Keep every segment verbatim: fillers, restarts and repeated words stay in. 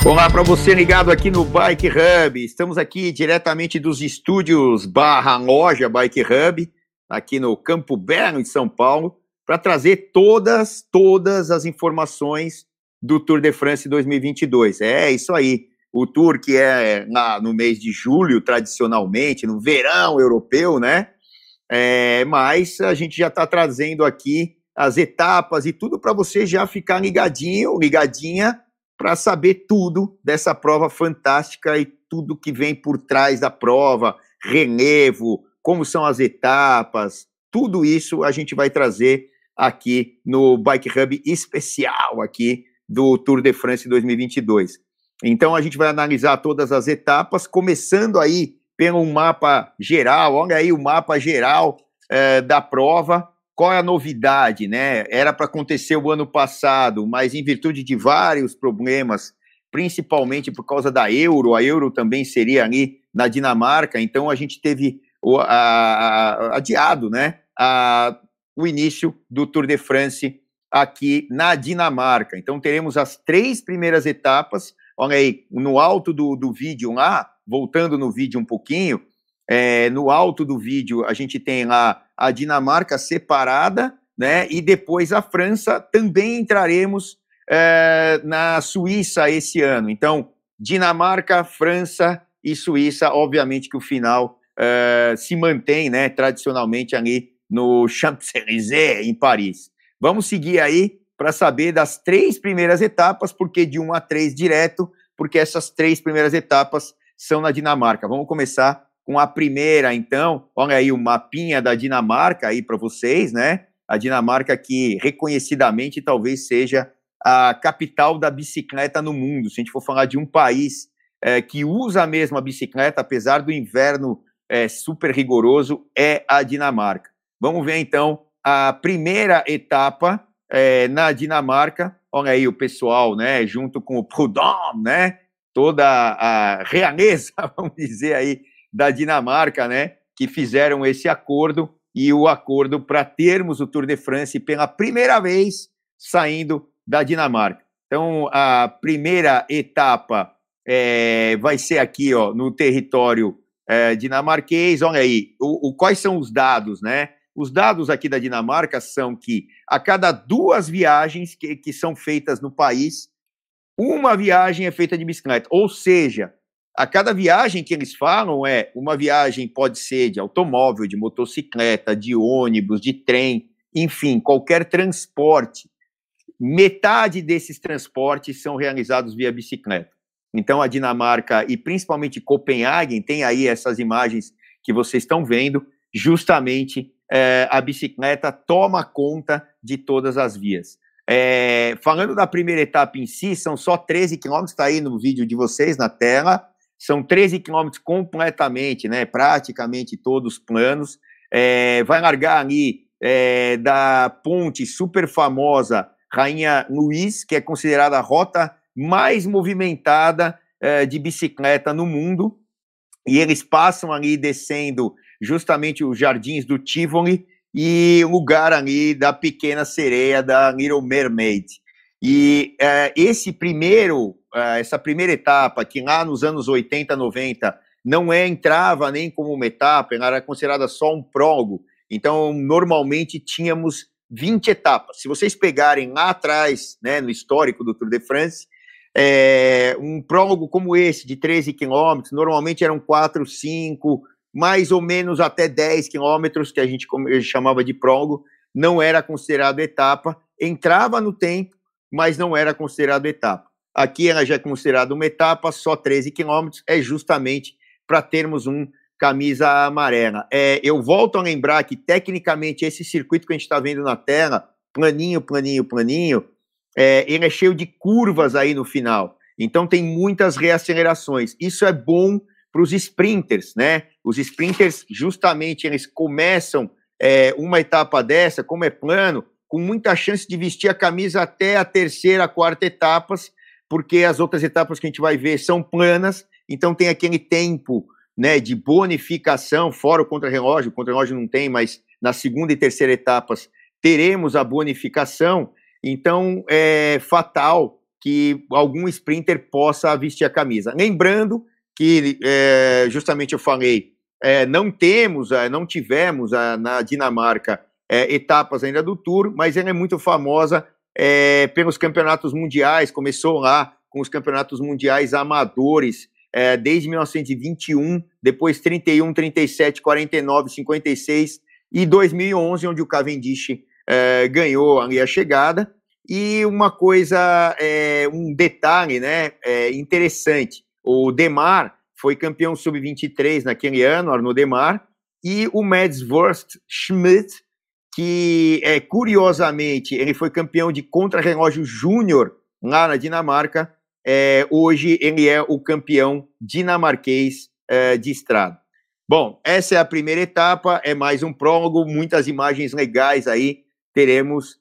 Olá para você ligado aqui no Bike Hub. Estamos aqui diretamente dos estúdios barra loja Bike Hub, aqui no Campo Belo, em São Paulo, para trazer todas, todas as informações do Tour de France dois mil e vinte e dois. É isso aí, o Tour que é na, no mês de julho, tradicionalmente, no verão europeu, né? É, mas a gente já está trazendo aqui as etapas e tudo para você já ficar ligadinho, ligadinha, para saber tudo dessa prova fantástica e tudo que vem por trás da prova, relevo, como são as etapas, tudo isso a gente vai trazer aqui no Bike Hub especial aqui do Tour de France dois mil e vinte e dois. Então a gente vai analisar todas as etapas, começando aí pelo mapa geral. Olha aí o mapa geral eh, da prova. Qual é a novidade, né? Era para acontecer o ano passado, mas em virtude de vários problemas, principalmente por causa da Euro, a Euro também seria ali na Dinamarca, então a gente teve o, a, a, adiado, né, a, o início do Tour de France aqui na Dinamarca. Então teremos as três primeiras etapas. Olha aí, no alto do, do vídeo lá, voltando no vídeo um pouquinho, é, no alto do vídeo a gente tem lá a Dinamarca separada, né? E depois a França. Também entraremos é, na Suíça esse ano. Então, Dinamarca, França e Suíça, obviamente que o final é, se mantém, né, tradicionalmente ali no Champs-Élysées, em Paris. Vamos seguir aí para saber das três primeiras etapas, porque de um a três direto, porque essas três primeiras etapas são na Dinamarca. Vamos começar com a primeira, então. Olha aí o mapinha da Dinamarca aí para vocês, né? A Dinamarca que reconhecidamente talvez seja a capital da bicicleta no mundo. Se a gente for falar de um país é, que usa a mesma bicicleta, apesar do inverno é, super rigoroso, é a Dinamarca. Vamos ver, então, a primeira etapa é, na Dinamarca. Olha aí o pessoal, né? Junto com o Prudhomme, né? Toda a realeza, vamos dizer aí, da Dinamarca, né, que fizeram esse acordo, e o acordo para termos o Tour de France pela primeira vez saindo da Dinamarca. Então, a primeira etapa é, vai ser aqui, ó, no território é, dinamarquês. Olha aí, o, o, quais são os dados, né? Os dados aqui da Dinamarca são que a cada duas viagens que, que são feitas no país, uma viagem é feita de bicicleta, ou seja, a cada viagem que eles falam é uma viagem pode ser de automóvel, de motocicleta, de ônibus, de trem, enfim, qualquer transporte. Metade desses transportes são realizados via bicicleta. Então a Dinamarca e principalmente Copenhague tem aí essas imagens que vocês estão vendo, justamente é, a bicicleta toma conta de todas as vias. É, falando da primeira etapa em si, são só treze quilômetros, está aí no vídeo de vocês, na tela. São treze quilômetros completamente, né, praticamente todos planos. É, vai largar ali é, da ponte super famosa Rainha Luiz, que é considerada a rota mais movimentada é, de bicicleta no mundo. E eles passam ali descendo justamente os jardins do Tivoli e o lugar ali da Pequena Sereia, da Little Mermaid. E é, esse primeiro, é, essa primeira etapa, que lá nos anos oitenta, noventa, não é, entrava nem como uma etapa, ela era considerada só um prólogo. Então, normalmente, tínhamos vinte etapas. Se vocês pegarem lá atrás, né, no histórico do Tour de France, é, um prólogo como esse, de treze quilômetros, normalmente eram quatro, cinco, mais ou menos até dez quilômetros, que a gente chamava de prólogo, não era considerado etapa, entrava no tempo, mas não era considerado etapa. Aqui ela já é considerada uma etapa, só treze quilômetros, é justamente para termos um camisa amarela. É, eu volto a lembrar que, tecnicamente, esse circuito que a gente está vendo na tela, planinho, planinho, planinho, é, ele é cheio de curvas aí no final. Então tem muitas reacelerações. Isso é bom para os sprinters, né? Os sprinters, justamente, eles começam é, uma etapa dessa, como é plano, com muita chance de vestir a camisa até a terceira, quarta etapas, porque as outras etapas que a gente vai ver são planas, então tem aquele tempo, né, de bonificação, fora o contra-relógio. O contra-relógio não tem, mas na segunda e terceira etapas teremos a bonificação. Então é fatal que algum sprinter possa vestir a camisa. Lembrando que, é, justamente eu falei, é, não temos, é, não tivemos é, na Dinamarca é, etapas ainda do Tour, mas ela é muito famosa é, pelos campeonatos mundiais, começou lá com os campeonatos mundiais amadores, é, desde mil novecentos e vinte e um, depois trinta e um, trinta e sete, quarenta e nove, cinquenta e seis e dois mil e onze, onde o Cavendish é, ganhou ali a chegada. E uma coisa, é, um detalhe, né, é, interessante, o Demar foi campeão sub vinte e três naquele ano, Arnaud Demar, e o Mads Worst Schmidt, que, é, curiosamente, ele foi campeão de contrarrelógio júnior lá na Dinamarca, é, hoje ele é o campeão dinamarquês é, de estrada. Bom, essa é a primeira etapa, é mais um prólogo, muitas imagens legais aí teremos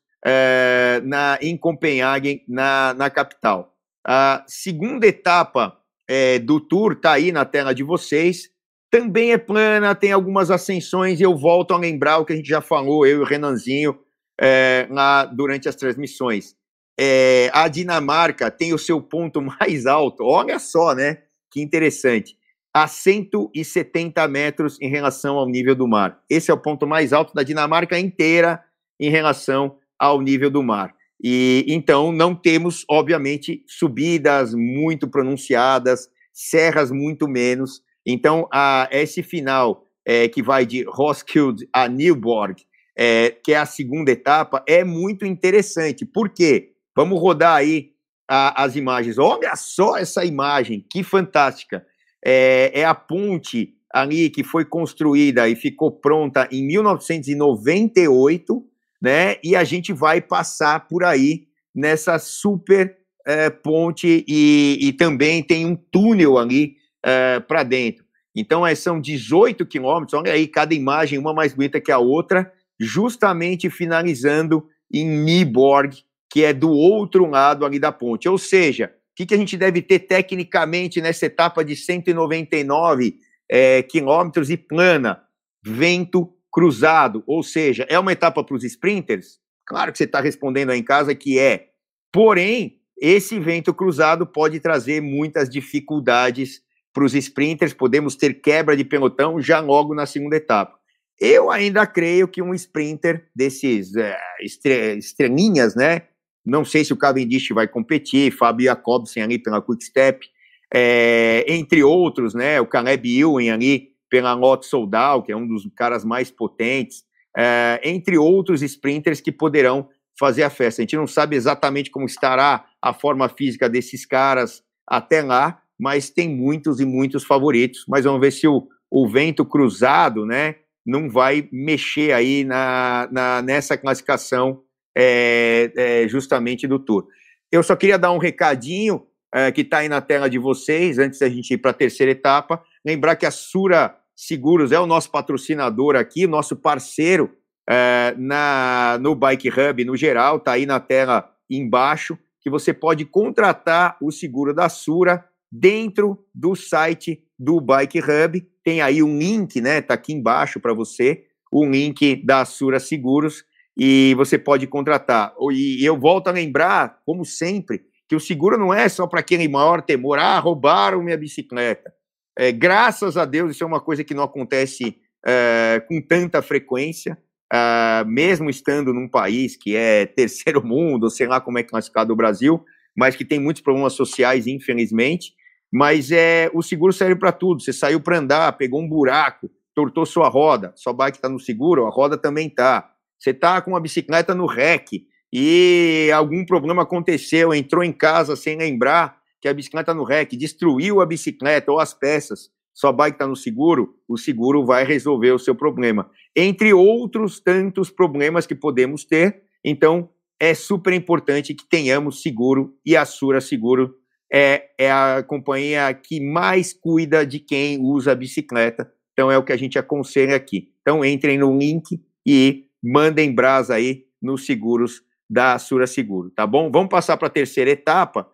é, na, em Copenhague, na, na capital. A segunda etapa é, do Tour está aí na tela de vocês, também é plana, tem algumas ascensões, e eu volto a lembrar o que a gente já falou, eu e o Renanzinho, é, lá durante as transmissões. É, a Dinamarca tem o seu ponto mais alto, olha só, né, que interessante, a cento e setenta metros em relação ao nível do mar. Esse é o ponto mais alto da Dinamarca inteira em relação ao nível do mar. E então não temos, obviamente, subidas muito pronunciadas, serras muito menos. Então, a, esse final é, que vai de Roskilde a Nyborg, é, que é a segunda etapa, é muito interessante. Por quê? Vamos rodar aí a, as imagens. Olha só essa imagem, que fantástica. É, é a ponte ali que foi construída e ficou pronta em mil novecentos e noventa e oito, né? E a gente vai passar por aí nessa super é, ponte e, e também tem um túnel ali é, para dentro. Então, é, são dezoito quilômetros, olha aí, cada imagem, uma mais bonita que a outra, justamente finalizando em Nyborg, que é do outro lado ali da ponte. Ou seja, o que, que a gente deve ter tecnicamente nessa etapa de cento e noventa e nove é, quilômetros e plana? Vento cruzado, ou seja, é uma etapa para os sprinters? Claro que você está respondendo aí em casa que é. Porém, esse vento cruzado pode trazer muitas dificuldades para os sprinters, podemos ter quebra de pelotão já logo na segunda etapa. Eu ainda creio que um sprinter desses é, estre estrelinhas, né? Não sei se o Cavendish vai competir, Fabio Jacobsen ali pela Quick Step, é, entre outros, né? O Caleb Ewan ali pela Lotto Soudal, que é um dos caras mais potentes, é, entre outros sprinters que poderão fazer a festa. A gente não sabe exatamente como estará a forma física desses caras até lá, mas tem muitos e muitos favoritos. Mas vamos ver se o, o vento cruzado, né, não vai mexer aí na, na, nessa classificação é, é, justamente do Tour. Eu só queria dar um recadinho é, que está aí na tela de vocês, antes da gente ir para a terceira etapa. Lembrar que a Sura Seguros é o nosso patrocinador aqui, nosso parceiro é, na, no Bike Hub no geral, está aí na tela embaixo, que você pode contratar o seguro da Sura dentro do site do Bike Hub. Tem aí um link, né? Tá aqui embaixo para você, o link da Sura Seguros, e você pode contratar. E eu volto a lembrar, como sempre, que o seguro não é só para aquele maior temor, ah, roubaram minha bicicleta. É, graças a Deus, isso é uma coisa que não acontece é, com tanta frequência, é, mesmo estando num país que é terceiro mundo, ou sei lá como é classificado o Brasil, mas que tem muitos problemas sociais, infelizmente. Mas é, o seguro serve para tudo. Você saiu para andar, pegou um buraco, tortou sua roda, sua bike está no seguro, a roda também está. Você está com uma bicicleta no rec e algum problema aconteceu, entrou em casa sem lembrar que a bicicleta no rec, destruiu a bicicleta ou as peças, sua bike está no seguro, o seguro vai resolver o seu problema. Entre outros tantos problemas que podemos ter, então é super importante que tenhamos seguro, e a Sura Seguro é, é a companhia que mais cuida de quem usa a bicicleta, então é o que a gente aconselha aqui. Então entrem no link e mandem brasa aí nos seguros da Sura Seguro, tá bom? Vamos passar para a terceira etapa.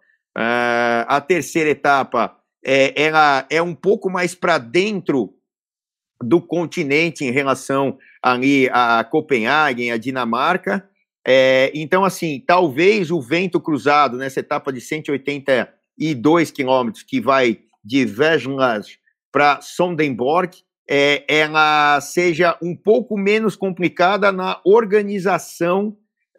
Uh, a terceira etapa é, ela é um pouco mais para dentro do continente em relação ali a Copenhague, a Dinamarca, É, então, assim, talvez o vento cruzado nessa etapa de cento e oitenta e dois quilômetros, que vai de Vegelas para Sondenborg, é, ela seja um pouco menos complicada na organização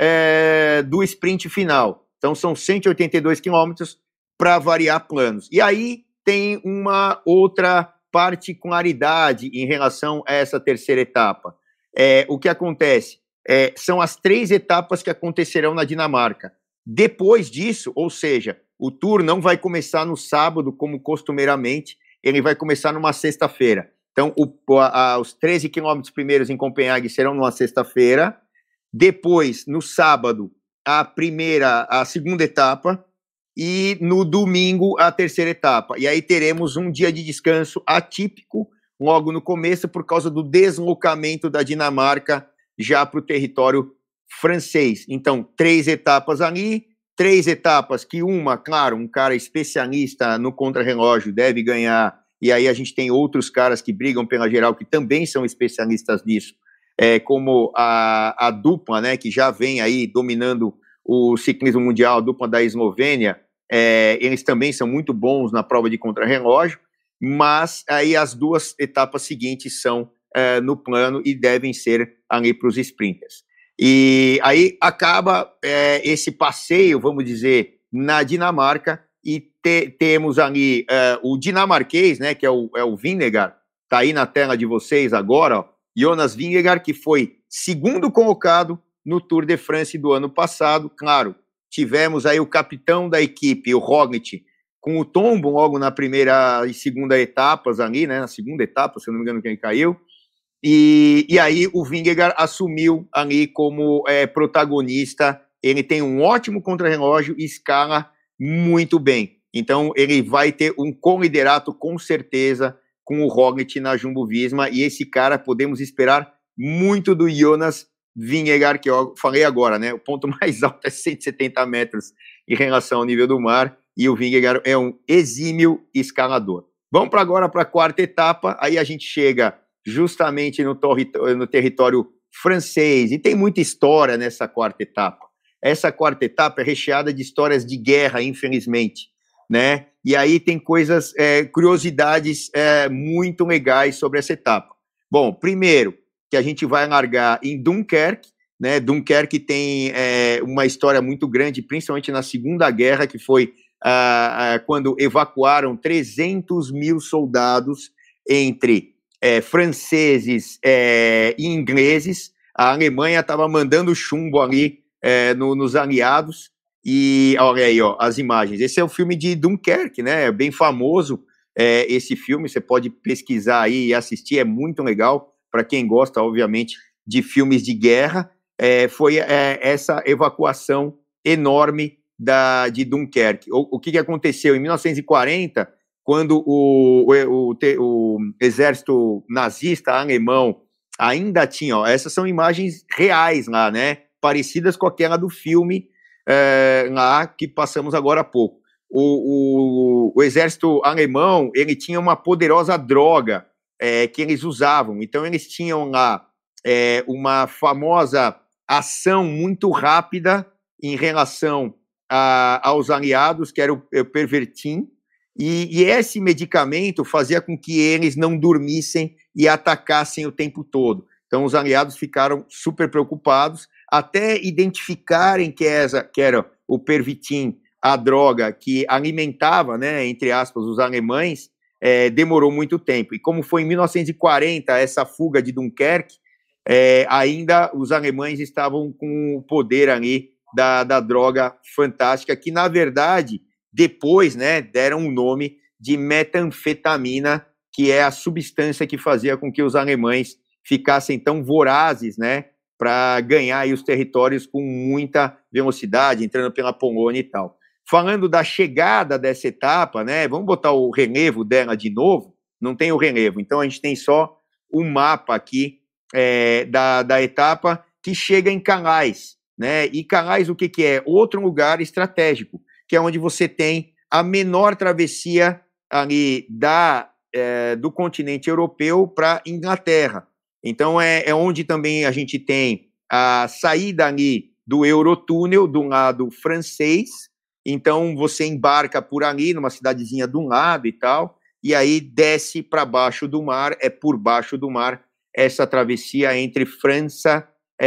é, do sprint final. Então, são cento e oitenta e dois quilômetros para variar planos. E aí tem uma outra particularidade em relação a essa terceira etapa. É, o que acontece? É, são as três etapas que acontecerão na Dinamarca. Depois disso, ou seja, o Tour não vai começar no sábado, como costumeiramente, ele vai começar numa sexta-feira. Então, o, a, a, os treze quilômetros primeiros em Copenhague serão numa sexta-feira. Depois, no sábado, a primeira, a segunda etapa. E no domingo, a terceira etapa. E aí teremos um dia de descanso atípico, logo no começo, por causa do deslocamento da Dinamarca já para o território francês. Então, três etapas ali, três etapas que uma, claro, um cara especialista no contrarrelógio deve ganhar, e aí a gente tem outros caras que brigam pela geral que também são especialistas nisso, é, como a, a dupla, né, que já vem aí dominando o ciclismo mundial, a dupla da Eslovênia, é, eles também são muito bons na prova de contrarrelógio, mas aí as duas etapas seguintes são é, no plano e devem ser ali para os sprinters. E aí acaba é, esse passeio, vamos dizer, na Dinamarca, e te, temos ali é, o dinamarquês, né, que é o, é o Vingegaard, está aí na tela de vocês agora, ó, Jonas Vingegaard, que foi segundo colocado no Tour de France do ano passado. Claro, tivemos aí o capitão da equipe, o Roglic, com o tombo logo na primeira e segunda etapas ali, né, na segunda etapa, se eu não me engano, quem caiu. E, e aí o Vingegaard assumiu ali como é, protagonista. Ele tem um ótimo contrarrelógio e escala muito bem. Então ele vai ter um co-liderato com certeza com o Roglic na Jumbo-Visma, e esse cara podemos esperar muito do Jonas Vingegaard, que eu falei agora, né? O ponto mais alto é cento e setenta metros em relação ao nível do mar, e o Vingegaard é um exímio escalador. Vamos para agora para a quarta etapa, aí a gente chega justamente no, no território francês, e tem muita história nessa quarta etapa. Essa quarta etapa é recheada de histórias de guerra, infelizmente, né? E aí tem coisas, é, curiosidades é, muito legais sobre essa etapa. Bom, primeiro, que a gente vai largar em Dunkerque, né? Dunkerque tem é, uma história muito grande, principalmente na Segunda Guerra, que foi ah, ah, quando evacuaram trezentos mil soldados entre É, franceses é, e ingleses. A Alemanha estava mandando chumbo ali é, no, nos aliados, e olha aí, ó, as imagens. Esse é o filme de Dunkerque, né? É bem famoso é, esse filme, você pode pesquisar aí e assistir, é muito legal, para quem gosta, obviamente, de filmes de guerra. É, foi é, essa evacuação enorme da, de Dunkerque. O, o que, que aconteceu? Em mil novecentos e quarenta, quando o, o, o, o exército nazista alemão ainda tinha, ó, essas são imagens reais lá, né, parecidas com aquela do filme é, lá que passamos agora há pouco. O, o, o exército alemão, ele tinha uma poderosa droga é, que eles usavam, então eles tinham lá é, uma famosa ação muito rápida em relação a, aos aliados, que era o, o Pervitin. E, e esse medicamento fazia com que eles não dormissem e atacassem o tempo todo. Então, os aliados ficaram super preocupados, até identificarem que, essa, que era o Pervitin, a droga que alimentava, né, entre aspas, os alemães, é, demorou muito tempo. E como foi em mil novecentos e quarenta, essa fuga de Dunkerque, é, ainda os alemães estavam com o poder ali da, da droga fantástica, que, na verdade, depois, né, deram o um nome de metanfetamina, que é a substância que fazia com que os alemães ficassem tão vorazes, né, para ganhar aí os territórios com muita velocidade, entrando pela Polônia e tal. Falando da chegada dessa etapa, né, vamos botar o relevo dela de novo, não tem o relevo, então a gente tem só o mapa aqui é, da, da etapa, que chega em Calais, né, e Calais o que, que é? Outro lugar estratégico, que é onde você tem a menor travessia ali da, é, do continente europeu para a Inglaterra. Então, é, é onde também a gente tem a saída ali do Eurotúnel, do lado francês. Então, você embarca por ali, numa cidadezinha do lado e tal, e aí desce para baixo do mar, é por baixo do mar, essa travessia entre França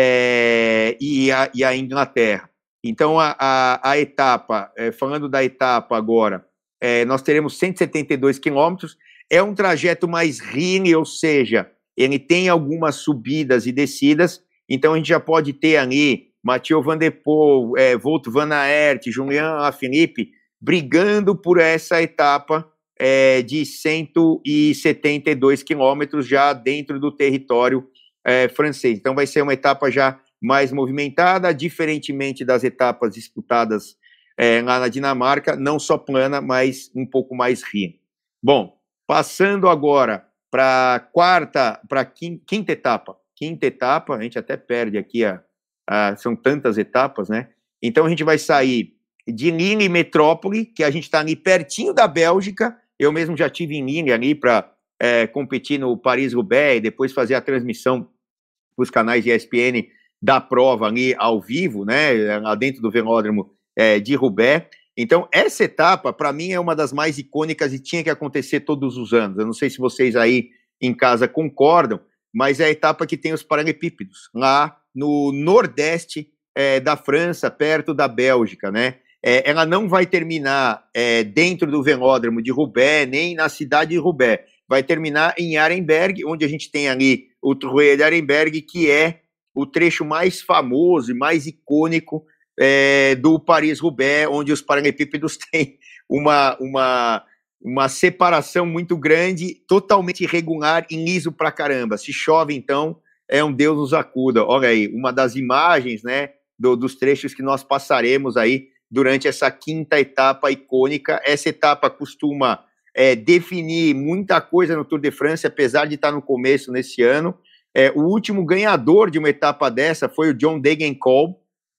é, e, a, e a Inglaterra. Então, a, a, a etapa, é, falando da etapa agora, é, nós teremos cento e setenta e dois quilômetros, é um trajeto mais hilly, ou seja, ele tem algumas subidas e descidas, então a gente já pode ter ali Mathieu Van Der Poel, é, Wout van Aert, Julian Alaphilippe, brigando por essa etapa é, de cento e setenta e dois quilômetros já dentro do território é, francês. Então vai ser uma etapa já mais movimentada, diferentemente das etapas disputadas é, lá na Dinamarca, não só plana, mas um pouco mais rígida. Bom, passando agora para a quarta, para a quinta etapa. Quinta etapa, a gente até perde aqui, a, a, são tantas etapas, né? Então a gente vai sair de Lille Metrópole, que a gente está ali pertinho da Bélgica. Eu mesmo já tive em Lille ali para é, competir no Paris-Roubaix e depois fazer a transmissão para os canais de E S P N da prova ali ao vivo, né? Lá dentro do velódromo é, de Roubaix. Então, essa etapa, para mim, é uma das mais icônicas e tinha que acontecer todos os anos. Eu não sei se vocês aí em casa concordam, mas é a etapa que tem os paralelepípedos, lá no nordeste é, da França, perto da Bélgica, né? É, ela não vai terminar é, dentro do velódromo de Roubaix, nem na cidade de Roubaix. Vai terminar em Arenberg, onde a gente tem ali o Treuer de Arenberg, que é o trecho mais famoso e mais icônico É, do Paris-Roubaix, onde os paralelepípedos têm uma, uma, uma separação muito grande, totalmente irregular e liso pra caramba. Se chove, então, é um Deus nos acuda. Olha aí, uma das imagens, né, do, dos trechos que nós passaremos aí durante essa quinta etapa icônica. Essa etapa costuma é, definir muita coisa no Tour de France, apesar de estar no começo nesse ano. É, o último ganhador de uma etapa dessa foi o John Degenkolb,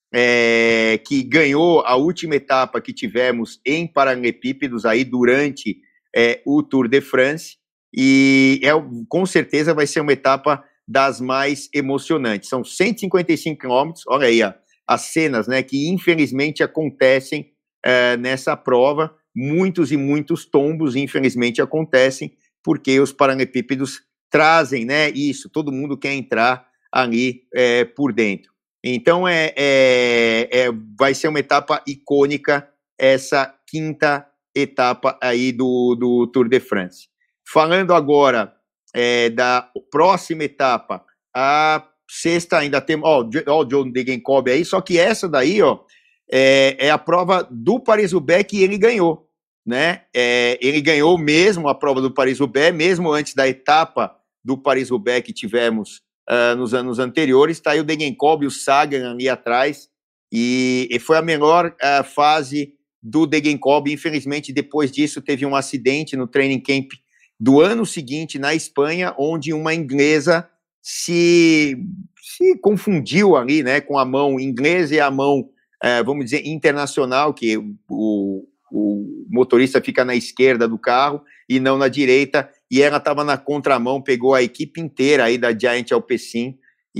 É, que ganhou a última etapa que tivemos em paralelepípedos aí durante é, o Tour de France, e é, com certeza vai ser uma etapa das mais emocionantes. São cento e cinquenta e cinco quilômetros, olha aí ó, as cenas, né, que infelizmente acontecem é, nessa prova, muitos e muitos tombos infelizmente acontecem, porque os paralelepípedos trazem, né, isso, todo mundo quer entrar ali é, por dentro. Então, é, é, é, vai ser uma etapa icônica, essa quinta etapa aí do, do Tour de France. Falando agora é, da próxima etapa, a sexta ainda tem, ó, ó o John Degenkolb aí, só que essa daí, ó, é, é a prova do Paris-Roubaix que ele ganhou, né? É, ele ganhou mesmo a prova do Paris-Roubaix, mesmo antes da etapa do Paris-Roubaix que tivemos Uh, nos anos anteriores. Está aí o Degenkolb e o Sagan ali atrás, e, e foi a melhor uh, fase do Degenkolb. Infelizmente, depois disso, teve um acidente no training camp do ano seguinte, na Espanha, onde uma inglesa se, se confundiu ali, né, com a mão inglesa e a mão, uh, vamos dizer, internacional, que o, o motorista fica na esquerda do carro e não na direita, e ela estava na contramão, pegou a equipe inteira aí da Giant Alpecin,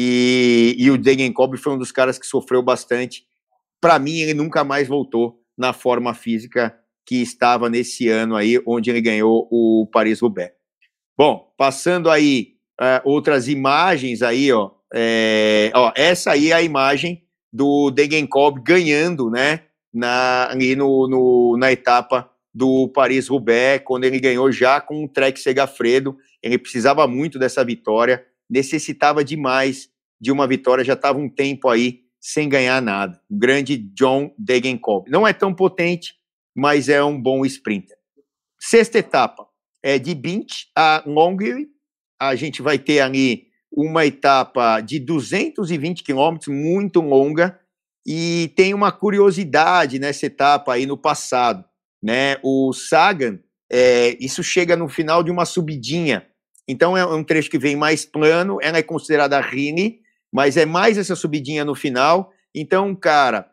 e, e o Degenkolb foi um dos caras que sofreu bastante. Para mim, ele nunca mais voltou na forma física que estava nesse ano aí, onde ele ganhou o Paris-Roubaix. Bom, passando aí uh, outras imagens aí, ó, é, ó, essa aí é a imagem do Degenkolb ganhando, né, na, ali no, no, na etapa do Paris-Roubaix, quando ele ganhou já com o Trek Segafredo. Ele precisava muito dessa vitória, necessitava demais de uma vitória, já estava um tempo aí sem ganhar nada. O grande John Degenkolb. Não é tão potente, mas é um bom sprinter. Sexta etapa é de Binche a Longwy. A gente vai ter ali uma etapa de duzentos e vinte quilômetros, muito longa, e tem uma curiosidade nessa etapa aí no passado, né? O Sagan, é, isso chega no final de uma subidinha, então é um trecho que vem mais plano, ela é considerada Rini, mas é mais essa subidinha no final. Então, um cara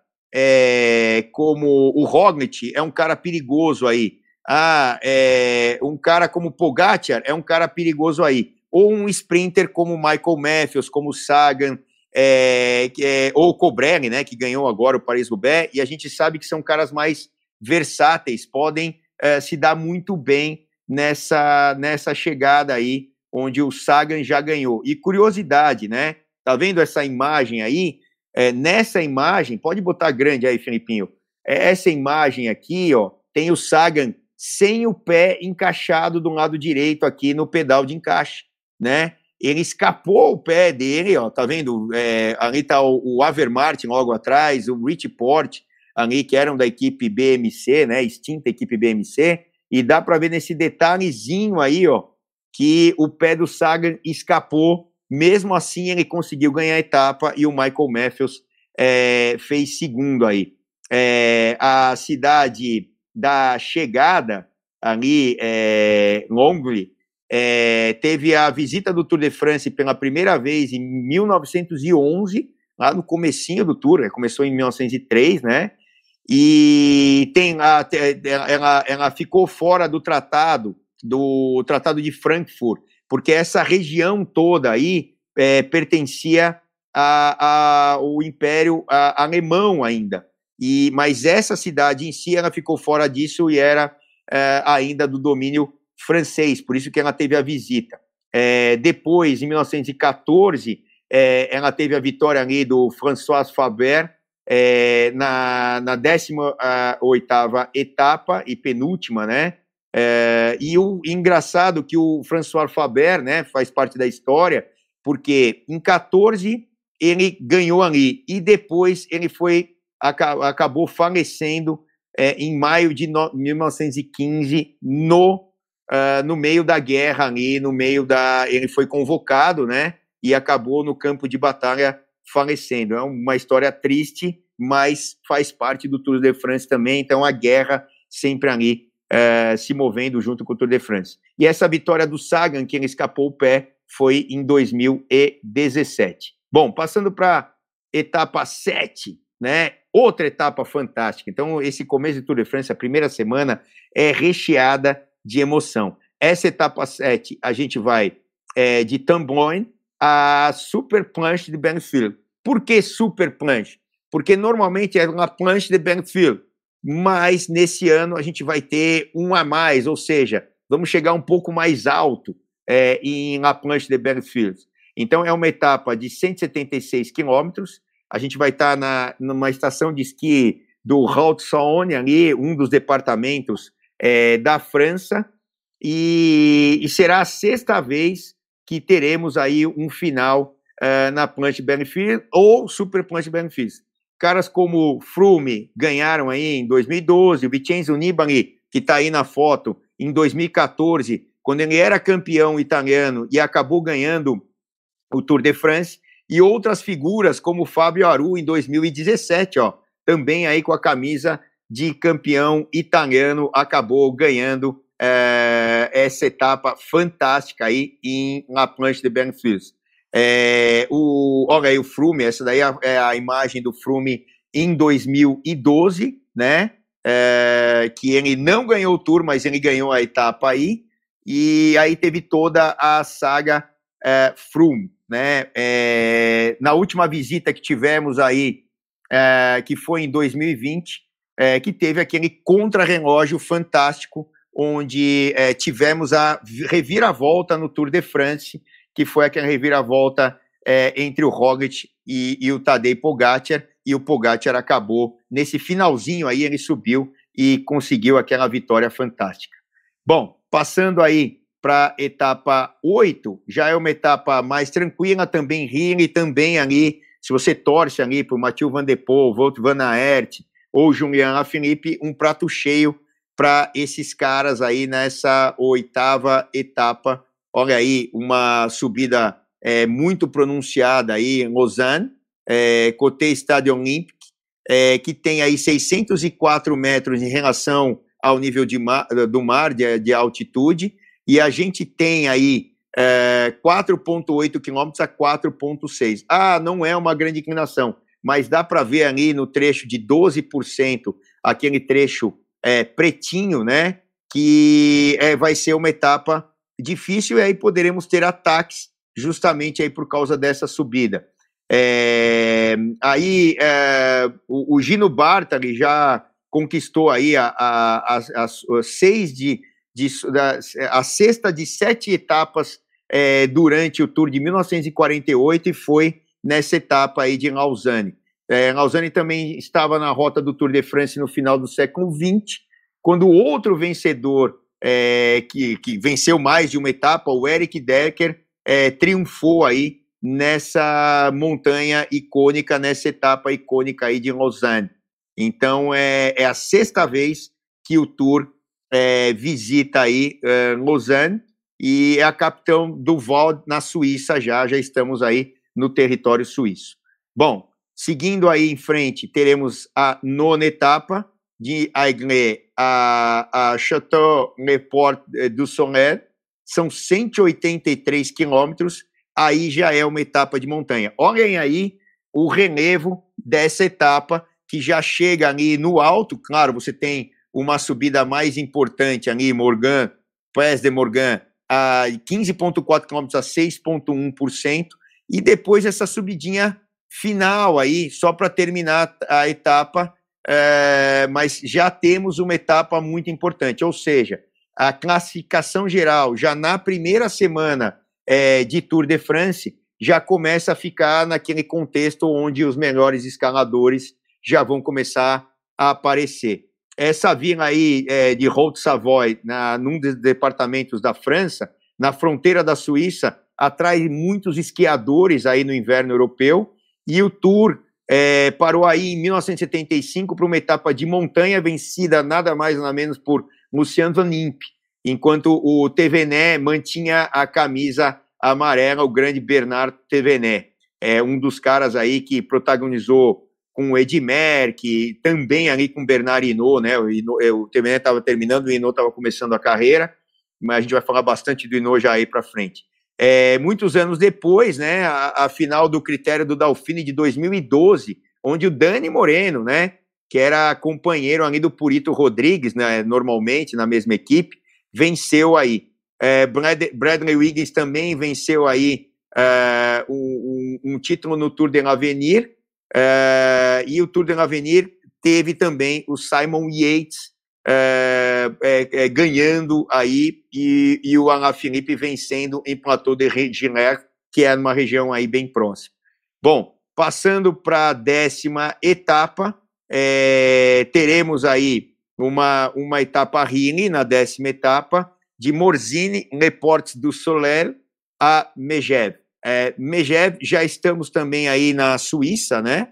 é, como o Roglic é um cara perigoso aí, ah, é, um cara como Pogacar é um cara perigoso aí, ou um sprinter como Michael Matthews, como Sagan. é, é, ou o Cobrelli, né, que ganhou agora o Paris-Roubaix, e a gente sabe que são caras mais versáteis, podem é, se dar muito bem nessa, nessa chegada aí, onde o Sagan já ganhou. E curiosidade, né, tá vendo essa imagem aí? É, nessa imagem, pode botar grande aí, Felipinho, é, essa imagem aqui, ó, tem o Sagan sem o pé encaixado do lado direito aqui no pedal de encaixe, né? Ele escapou o pé dele, ó, tá vendo? É, ali tá o, o Avermaet logo atrás, o Rich Porte ali, que eram da equipe B M C, né? Extinta equipe B M C, e dá para ver nesse detalhezinho aí, ó, que o pé do Sagan escapou. Mesmo assim, ele conseguiu ganhar a etapa e o Michael Matthews é, fez segundo aí. É, a cidade da chegada ali, é, Longwy, é, teve a visita do Tour de France pela primeira vez em mil novecentos e onze, lá no comecinho do Tour, começou em mil novecentos e três, né? E tem a, ela, ela ficou fora do tratado, do Tratado de Frankfurt, porque essa região toda aí é, pertencia a, a, ao Império a, Alemão ainda. E, mas essa cidade em si, ela ficou fora disso e era é, ainda do domínio francês, por isso que ela teve a visita. É, depois, em mil novecentos e quatorze, é, ela teve a vitória ali do François Faber é, na, na décima oitava etapa e penúltima, né? É, e o engraçado que o François Faber, né, faz parte da história, porque em quatorze ele ganhou ali e depois ele foi acabou falecendo é, em maio de mil novecentos e quinze no uh, no meio da guerra ali, no meio da ele foi convocado, né, e acabou no campo de batalha falecendo. É uma história triste, mas faz parte do Tour de France também. Então a guerra sempre ali Uh, se movendo junto com o Tour de France. E essa vitória do Sagan, que ele escapou o pé, foi em dois mil e dezessete. Bom, passando para etapa sete, né? Outra etapa fantástica. Então, esse começo do Tour de France, a primeira semana, é recheada de emoção. Essa etapa sete, a gente vai é, de Tomblaine a Super Planche de Benfield. Por que Super Planche? Porque normalmente é uma planche de Benfield, mas nesse ano a gente vai ter um a mais, ou seja, vamos chegar um pouco mais alto é, em La Planche de Benfield. Então é uma etapa de cento e setenta e seis quilômetros, a gente vai estar na, numa estação de esqui do Haute-Saône, ali, um dos departamentos é, da França, e, e será a sexta vez que teremos aí um final uh, na Planche de Benfield ou Super Planche de Benfield. Caras como Froome ganharam aí em dois mil e doze, o Vincenzo Nibali, que está aí na foto, em dois mil e quatorze, quando ele era campeão italiano e acabou ganhando o Tour de France, e outras figuras como o Fábio Aru em dois mil e dezessete, ó, também aí com a camisa de campeão italiano, acabou ganhando é, essa etapa fantástica aí em La Planche de Benfield. É, o, olha aí o Froome, essa daí é, é a imagem do Froome em dois mil e doze, né, é, que ele não ganhou o Tour, mas ele ganhou a etapa aí, e aí teve toda a saga é, Froome, né, é, na última visita que tivemos aí, é, que foi em dois mil e vinte, é, que teve aquele contrarrelógio fantástico, onde é, tivemos a reviravolta no Tour de France, que foi aquela reviravolta é, entre o Roglic e, e o Tadej Pogačar, e o Pogačar acabou, nesse finalzinho aí, ele subiu e conseguiu aquela vitória fantástica. Bom, passando aí para a etapa oito, já é uma etapa mais tranquila, também Rile, também ali, se você torce ali para o Mathieu Van der Poel, Wout van Aert ou Julian Alaphilippe, um prato cheio para esses caras aí nessa oitava etapa. Olha aí, uma subida é, muito pronunciada aí em Lausanne, é, Côté Stade Olympique, é, que tem aí seiscentos e quatro metros em relação ao nível de mar, do mar, de, de altitude, e a gente tem aí é, quatro vírgula oito quilômetros a quatro vírgula seis. Ah, não é uma grande inclinação, mas dá para ver ali no trecho de doze por cento, aquele trecho é, pretinho, né, que é, vai ser uma etapa difícil, e aí poderemos ter ataques justamente aí por causa dessa subida. É, aí é, o, o Gino Bartali já conquistou aí a, a, a, a, a seis de, de da, a sexta de sete etapas é, durante o Tour de mil novecentos e quarenta e oito e foi nessa etapa aí de Lausanne. É, Lausanne também estava na rota do Tour de France no final do século vinte, quando outro vencedor é, que, que venceu mais de uma etapa, o Eric Decker, é, triunfou aí nessa montanha icônica, nessa etapa icônica aí de Lausanne. Então, é, é a sexta vez que o Tour é, visita aí é, Lausanne, e é a capitão do Val na Suíça já, já estamos aí no território suíço. Bom, seguindo aí em frente, teremos a nona etapa, de Aigle a, a Château-le-Port du Soleil, são cento e oitenta e três quilômetros, aí já é uma etapa de montanha. Olhem aí o relevo dessa etapa, que já chega ali no alto, claro, você tem uma subida mais importante ali, Morgan, Pés de Morgan, a quinze vírgula quatro quilômetros a seis vírgula um por cento, e depois essa subidinha final aí, só para terminar a etapa, é, mas já temos uma etapa muito importante, ou seja, a classificação geral, já na primeira semana é, de Tour de France, já começa a ficar naquele contexto onde os melhores escaladores já vão começar a aparecer. Essa vila aí é, de Haute-Savoie, na, num dos departamentos da França, na fronteira da Suíça, atrai muitos esquiadores aí no inverno europeu, e o Tour é, parou aí em mil novecentos e setenta e cinco para uma etapa de montanha vencida nada mais nada menos por Lucian Van Impe, enquanto o Thévenet mantinha a camisa amarela, o grande Bernard Thévenet, é um dos caras aí que protagonizou com o Eddy Merckx, também ali com o Bernard Hinault, né? O, o Thévenet estava terminando, o Hinault estava começando a carreira, mas a gente vai falar bastante do Hinault já aí para frente. É, muitos anos depois, né, a, a final do critério do Dauphiné de dois mil e doze, onde o Dani Moreno, né, que era companheiro ali do Purito Rodrigues, né, normalmente na mesma equipe, venceu aí. É, Brad, Bradley Wiggins também venceu aí é, um, um, um título no Tour de l'Avenir, é, e o Tour de l'Avenir teve também o Simon Yates É, é, é, ganhando aí, e, e o Alaphilippe vencendo em Plateau de Gilet, que é uma região aí bem próxima. Bom, passando para a décima etapa, é, teremos aí uma, uma etapa Rini, na décima etapa, de Morzine-les-Portes du Soleil a Megève. É, Megève, já estamos também aí na Suíça, né?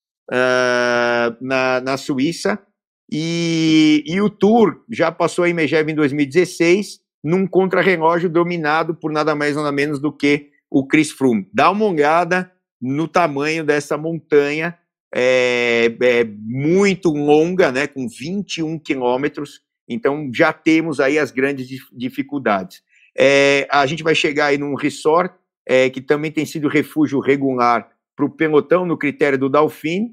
Uh, na, na Suíça, E, e o Tour já passou em Megève em dois mil e dezesseis, num contrarrelógio dominado por nada mais nada menos do que o Chris Froome. Dá uma olhada no tamanho dessa montanha, é, é muito longa, né, com vinte e um quilômetros, então já temos aí as grandes dificuldades. É, a gente vai chegar aí num resort, é, que também tem sido refúgio regular para o pelotão no critério do Dauphiné,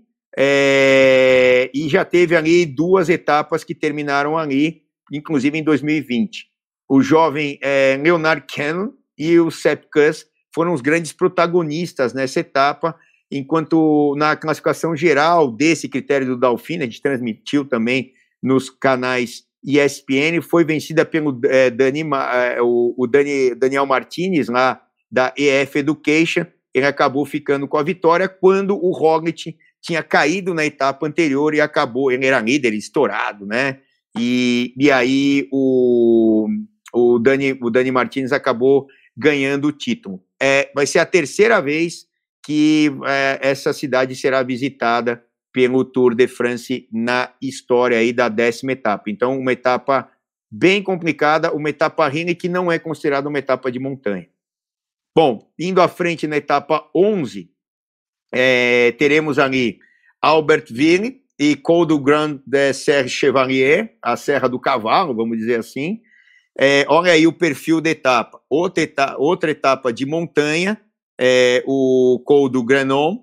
É, e já teve ali duas etapas que terminaram ali, inclusive em dois mil e vinte. O jovem é, Leonard Cannon e o Sepp Kuss foram os grandes protagonistas nessa etapa, enquanto na classificação geral desse critério do Dauphiné, a gente transmitiu também nos canais E S P N, foi vencida pelo é, Dani, é, o, o Dani, Daniel Martinez, lá da E F Education. Ele acabou ficando com a vitória quando o Roglic tinha caído na etapa anterior e acabou, ele era líder, estourado, né? E, e aí o, o, Dani, o Dani Martins acabou ganhando o título. É, vai ser a terceira vez que é, essa cidade será visitada pelo Tour de France na história aí da décima etapa. Então, uma etapa bem complicada, uma etapa Rini que não é considerada uma etapa de montanha. Bom, indo à frente na etapa onze, É, teremos ali Albertville e Col du Grand de Serre Chevalier, a Serra do Cavalo, vamos dizer assim. É, olha aí o perfil da etapa. Outra etapa, outra etapa de montanha, é, o Col du Granon,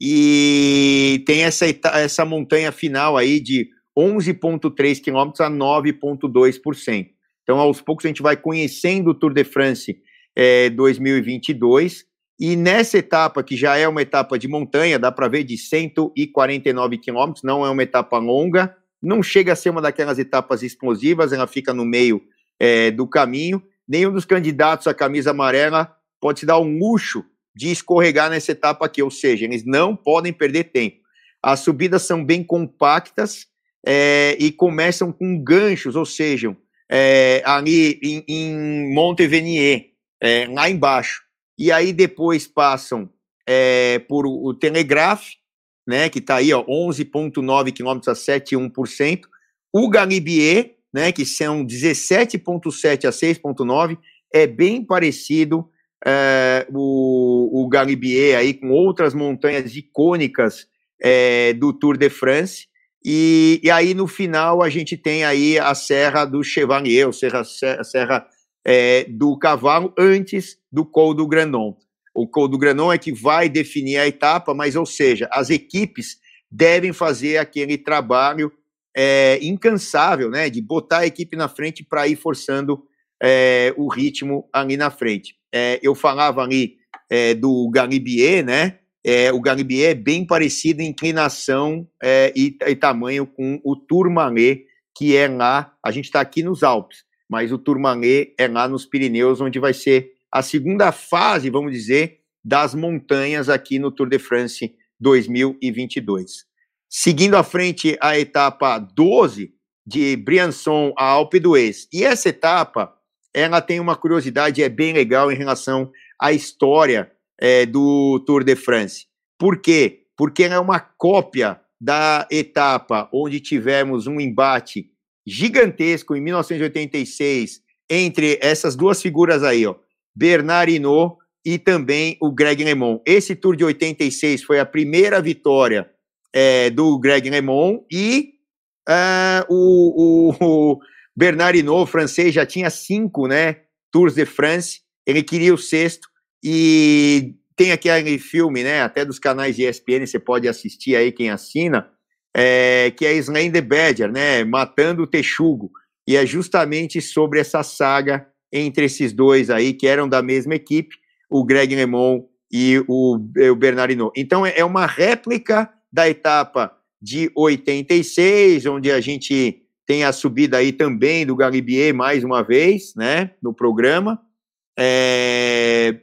e tem essa, essa montanha final aí de onze vírgula três quilômetros a nove vírgula dois por cento. Então, aos poucos, a gente vai conhecendo o Tour de France é, dois mil e vinte e dois, E nessa etapa, que já é uma etapa de montanha, dá para ver de cento e quarenta e nove quilômetros, não é uma etapa longa, não chega a ser uma daquelas etapas explosivas, ela fica no meio é, do caminho. Nenhum dos candidatos à camisa amarela pode se dar um luxo de escorregar nessa etapa aqui, ou seja, eles não podem perder tempo. As subidas são bem compactas é, e começam com ganchos, ou seja, é, ali em, em Monte-Venier, é, lá embaixo. E aí depois passam é, por o Telegraph, né, que está aí, ó, onze vírgula nove quilômetros a sete vírgula um por cento, o Galibier, né, que são dezessete vírgula sete a seis vírgula nove, é bem parecido é, o, o Galibier aí com outras montanhas icônicas é, do Tour de France, e, e aí no final a gente tem aí a Serra do Chevalier, ou Serra, a Serra é, do Cavalo, antes do Col do Granon. O Col do Granon é que vai definir a etapa, mas, ou seja, as equipes devem fazer aquele trabalho é, incansável, né, de botar a equipe na frente para ir forçando é, o ritmo ali na frente. É, eu falava ali é, do Galibier, né, é, o Galibier é bem parecido em inclinação é, e, e tamanho com o Tourmalet, que é lá, a gente está aqui nos Alpes, mas o Tourmalet é lá nos Pirineus, onde vai ser a segunda fase, vamos dizer, das montanhas aqui no Tour de France dois mil e vinte e dois. Seguindo à frente a etapa doze, de Briançon a Alpe d'Huez. E essa etapa, ela tem uma curiosidade, é bem legal em relação à história é, do Tour de France. Por quê? Porque ela é uma cópia da etapa onde tivemos um embate gigantesco em mil novecentos e oitenta e seis entre essas duas figuras aí, ó, Bernard Hinault e também o Greg LeMond. Esse Tour de oitenta e seis foi a primeira vitória é, do Greg LeMond e uh, o, o, o Bernard Hinault, o francês, já tinha cinco, né, Tours de France, ele queria o sexto, e tem aquele filme, né, até dos canais de E S P N, você pode assistir aí, quem assina, é, que é Slaying the Badger, né, Matando o Texugo, e é justamente sobre essa saga entre esses dois aí, que eram da mesma equipe, o Greg LeMond e o, o Bernard Hinault. Então, é uma réplica da etapa de oitenta e seis, onde a gente tem a subida aí também do Galibier, mais uma vez, né, no programa, é,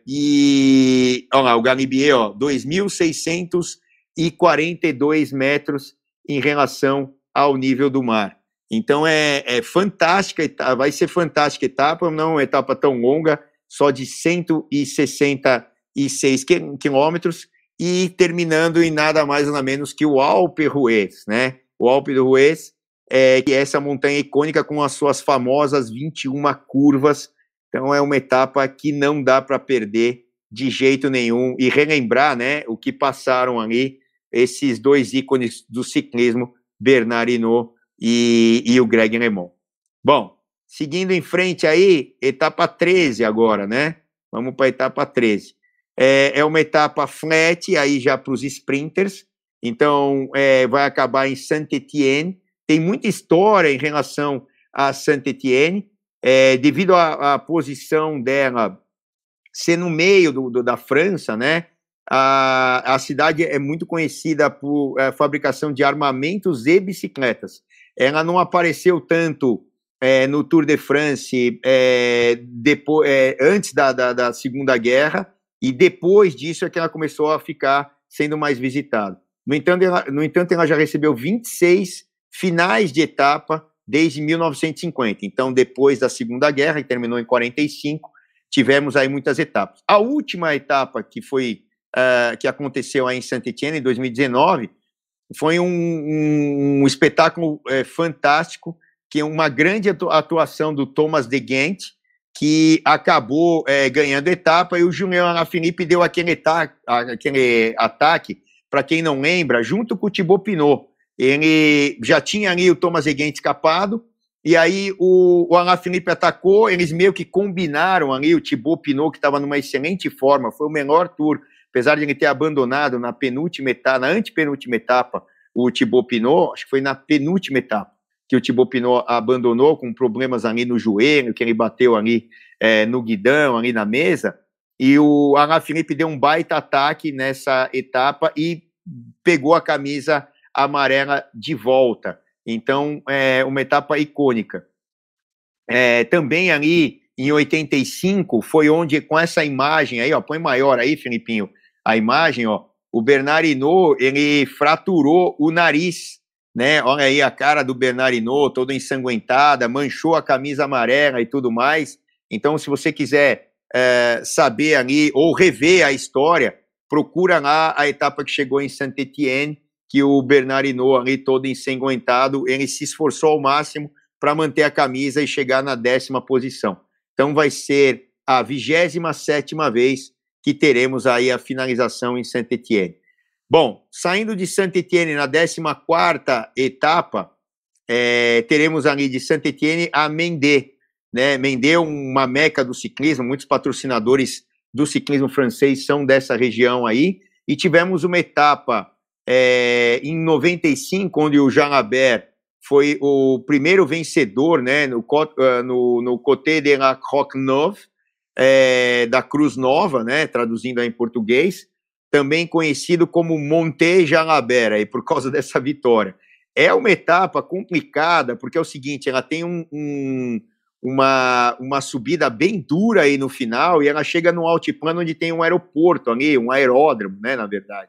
e, olha lá, o Galibier, ó, dois mil seiscentos e quarenta e dois metros em relação ao nível do mar. Então, é, é fantástica, vai ser fantástica etapa, não uma etapa tão longa, só de cento e sessenta e seis quilômetros, e terminando em nada mais nada menos que o Alpe d'Huez, né? O Alpe d'Huez, é, que é essa montanha icônica com as suas famosas vinte e uma curvas. Então, é uma etapa que não dá para perder de jeito nenhum, e relembrar, né, o que passaram ali esses dois ícones do ciclismo, Bernard Hinault e, e o Greg LeMond. Bom, seguindo em frente aí, etapa treze agora, né? Vamos para a etapa treze. É, é uma etapa flat, aí já para os sprinters, então é, vai acabar em Saint-Étienne. Tem muita história em relação a Saint-Étienne, é, devido à posição dela ser no meio do, do, da França, né? A, a cidade é muito conhecida por é, fabricação de armamentos e bicicletas. Ela não apareceu tanto é, no Tour de France é, depois, é, antes da, da, da Segunda Guerra, e depois disso é que ela começou a ficar sendo mais visitada. No entanto, ela, no entanto, ela já recebeu vinte e seis finais de etapa desde mil novecentos e cinquenta. Então, depois da Segunda Guerra, que terminou em quarenta e cinco, tivemos aí muitas etapas. A última etapa que foi uh, que aconteceu aí em Saint-Étienne, em dois mil e dezenove, foi um, um, um espetáculo é, fantástico, que é uma grande atuação do Thomas de Ghent, que acabou é, ganhando etapa, e o Julian Alaphilippe deu aquele, eta aquele ataque, para quem não lembra, junto com o Thibaut Pinot. Ele já tinha ali o Thomas de Ghent escapado, e aí o, o Alaphilippe atacou, eles meio que combinaram ali, o Thibaut Pinot, que estava numa excelente forma, foi o melhor tour, apesar de ele ter abandonado na penúltima etapa, na antepenúltima etapa, o Thibaut Pinot, acho que foi na penúltima etapa, que o Thibaut Pinot abandonou com problemas ali no joelho, que ele bateu ali é, no guidão, ali na mesa, e o Alaphilippe deu um baita ataque nessa etapa e pegou a camisa amarela de volta. Então, é uma etapa icônica. É, também ali em oitenta e cinco foi onde, com essa imagem aí, ó, põe maior aí, Filipinho, a imagem, ó, o Bernard Hinault, ele fraturou o nariz, né? Olha aí a cara do Bernard Hinault, toda ensanguentada, manchou a camisa amarela e tudo mais. Então, se você quiser é, saber ali, ou rever a história, procura lá a etapa que chegou em Saint-Étienne, que o Bernard Hinault ali todo ensanguentado, ele se esforçou ao máximo para manter a camisa e chegar na décima posição. Então vai ser a vigésima sétima vez que teremos aí a finalização em Saint-Étienne. Bom, saindo de Saint-Étienne na décima quarta etapa, é, teremos ali de Saint-Étienne a Mende, né? Mende é uma meca do ciclismo, muitos patrocinadores do ciclismo francês são dessa região aí, e tivemos uma etapa é, em noventa e cinco, onde o Jalabert foi o primeiro vencedor, né, no, no, no Côté de la Croix Neuve, é, da Cruz Nova, né, traduzindo aí em português, também conhecido como Monte Jalabert, aí, por causa dessa vitória. É uma etapa complicada, porque é o seguinte, ela tem um, um, uma, uma subida bem dura aí no final, e ela chega num altiplano onde tem um aeroporto ali, um aeródromo, né, na verdade.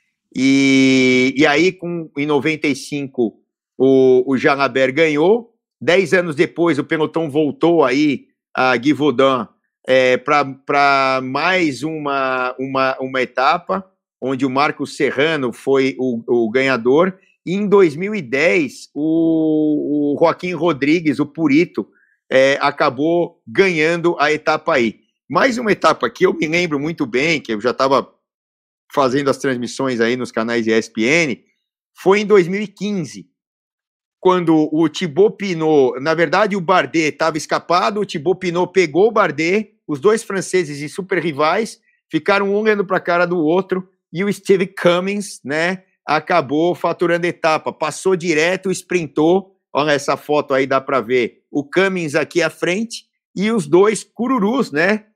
E, e aí, com, em noventa e cinco, o, o Jalabert ganhou. Dez anos depois, o pelotão voltou aí a Givaudan é, para mais uma, uma, uma etapa, onde o Marcos Serrano foi o, o ganhador. E em dois mil e dez, o, o Joaquim Rodrigues, o Purito, é, acabou ganhando a etapa aí. Mais uma etapa que eu me lembro muito bem, que eu já estava fazendo as transmissões aí nos canais E S P N, foi em dois mil e quinze, quando o Thibaut Pinot, na verdade o Bardet estava escapado, o Thibaut Pinot pegou o Bardet, os dois franceses e super rivais, ficaram um olhando para a cara do outro, e o Steve Cummings, né, acabou faturando a etapa, passou direto, sprintou, olha essa foto aí, dá para ver, o Cummings aqui à frente, e os dois cururus, né,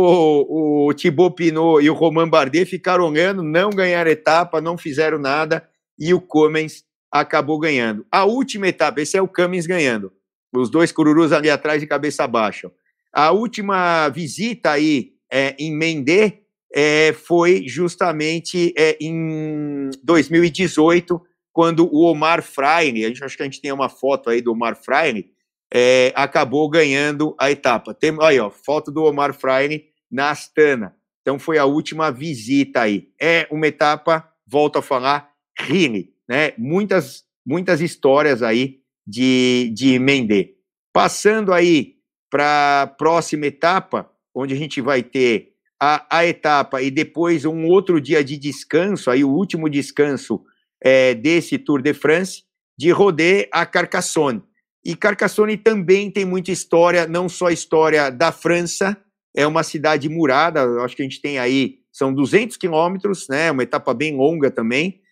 o, o Thibaut Pinot e o Romain Bardet ficaram olhando, não ganharam etapa, não fizeram nada, e o Cummings acabou ganhando. A última etapa, esse é o Cummings ganhando, os dois cururus ali atrás de cabeça baixa. A última visita aí é, em Mende é, foi justamente é, em dois mil e dezoito, quando o Omar Fraile, a gente, acho que a gente tem uma foto aí do Omar Fraile, é, acabou ganhando a etapa. Tem aí, ó, foto do Omar Fraile na Astana. Então foi a última visita aí. É uma etapa, volto a falar, Rile, né? Muitas, muitas histórias aí de, de Mende. Passando aí para a próxima etapa, onde a gente vai ter a, a etapa e depois um outro dia de descanso, aí o último descanso é, desse Tour de France, de Rodez a Carcassonne. E Carcassonne também tem muita história, não só história da França, é uma cidade murada, acho que a gente tem aí, são duzentos quilômetros, né, uma etapa bem longa também,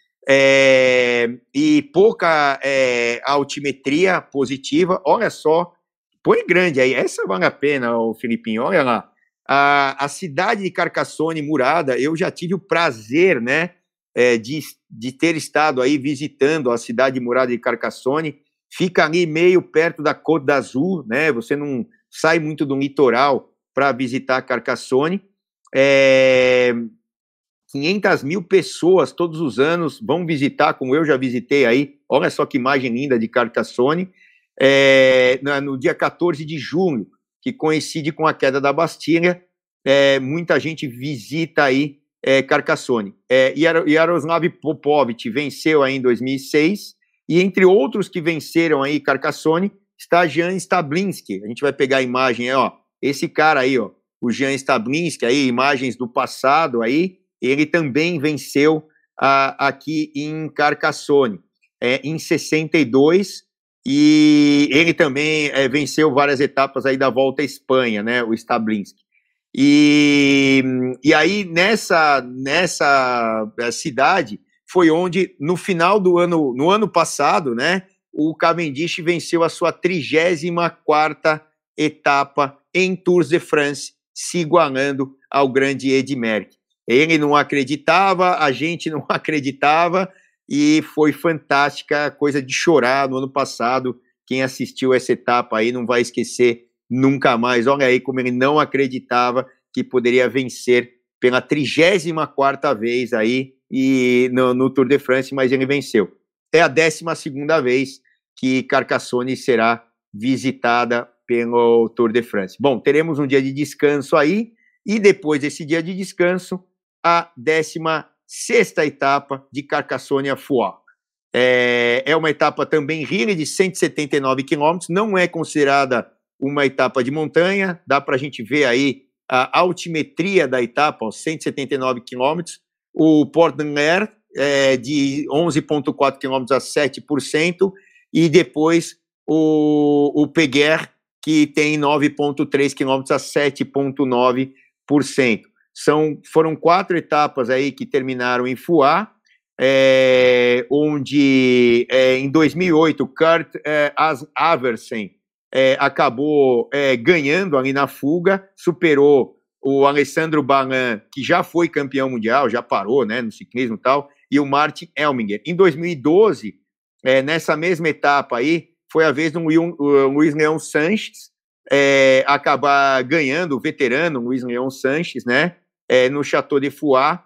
é, e pouca é, altimetria positiva. Olha só, põe grande aí, essa vale a pena, o Filipinho, olha lá, a, a cidade de Carcassonne murada, eu já tive o prazer, né, é, de, de ter estado aí visitando a cidade murada de Carcassonne, fica ali meio perto da Côte d'Azur, né, você não sai muito do litoral para visitar Carcassonne, é, quinhentas mil pessoas todos os anos vão visitar, como eu já visitei aí, olha só que imagem linda de Carcassonne, é, no dia quatorze de junho, que coincide com a queda da Bastilha, é, muita gente visita aí é, Carcassonne. É, Yaroslav Popovich venceu aí em dois mil e seis, e entre outros que venceram aí Carcassonne, está Jean Stablinski. A gente vai pegar a imagem aí, ó, esse cara aí, ó, o Jean Stablinski, aí, imagens do passado aí, ele também venceu a, aqui em Carcassonne, é, em sessenta e dois, e ele também é, venceu várias etapas aí da Volta à Espanha, né, o Stablinski. E, e aí, nessa, nessa cidade, foi onde, no final do ano, no ano passado, né, o Cavendish venceu a sua trigésima quarta etapa em Tours de France, se igualando ao grande Eddy Merckx. Ele não acreditava, a gente não acreditava, e foi fantástica, coisa de chorar no ano passado. Quem assistiu essa etapa aí não vai esquecer nunca mais. Olha aí como ele não acreditava que poderia vencer pela trigésima quarta vez aí e no, no Tour de France, mas ele venceu. É a décima segunda vez que Carcassonne será visitada pelo Tour de France. Bom, teremos um dia de descanso aí, e depois desse dia de descanso, a décima sexta etapa de Carcassonne a Foix. É, é uma etapa também rígida de cento e setenta e nove quilômetros, não é considerada uma etapa de montanha, dá para a gente ver aí a altimetria da etapa, aos cento e setenta e nove quilômetros, o Port-d'Aler é de onze vírgula quatro quilômetros a sete por cento, e depois o, o Péguerre, que tem nove vírgula três quilômetros a sete vírgula nove por cento. São, foram quatro etapas aí que terminaram em Foix, é, onde é, em dois mil e oito Kurt é, Aversen é, acabou é, ganhando ali na fuga, superou o Alessandro Balin, que já foi campeão mundial, já parou, né, no ciclismo e tal, e o Martin Elminger. Em dois mil e doze, é, nessa mesma etapa aí, foi a vez do Luiz Leão Sanches é, acabar ganhando, o veterano Luiz Leão Sanches, né, é, no Château de Foix,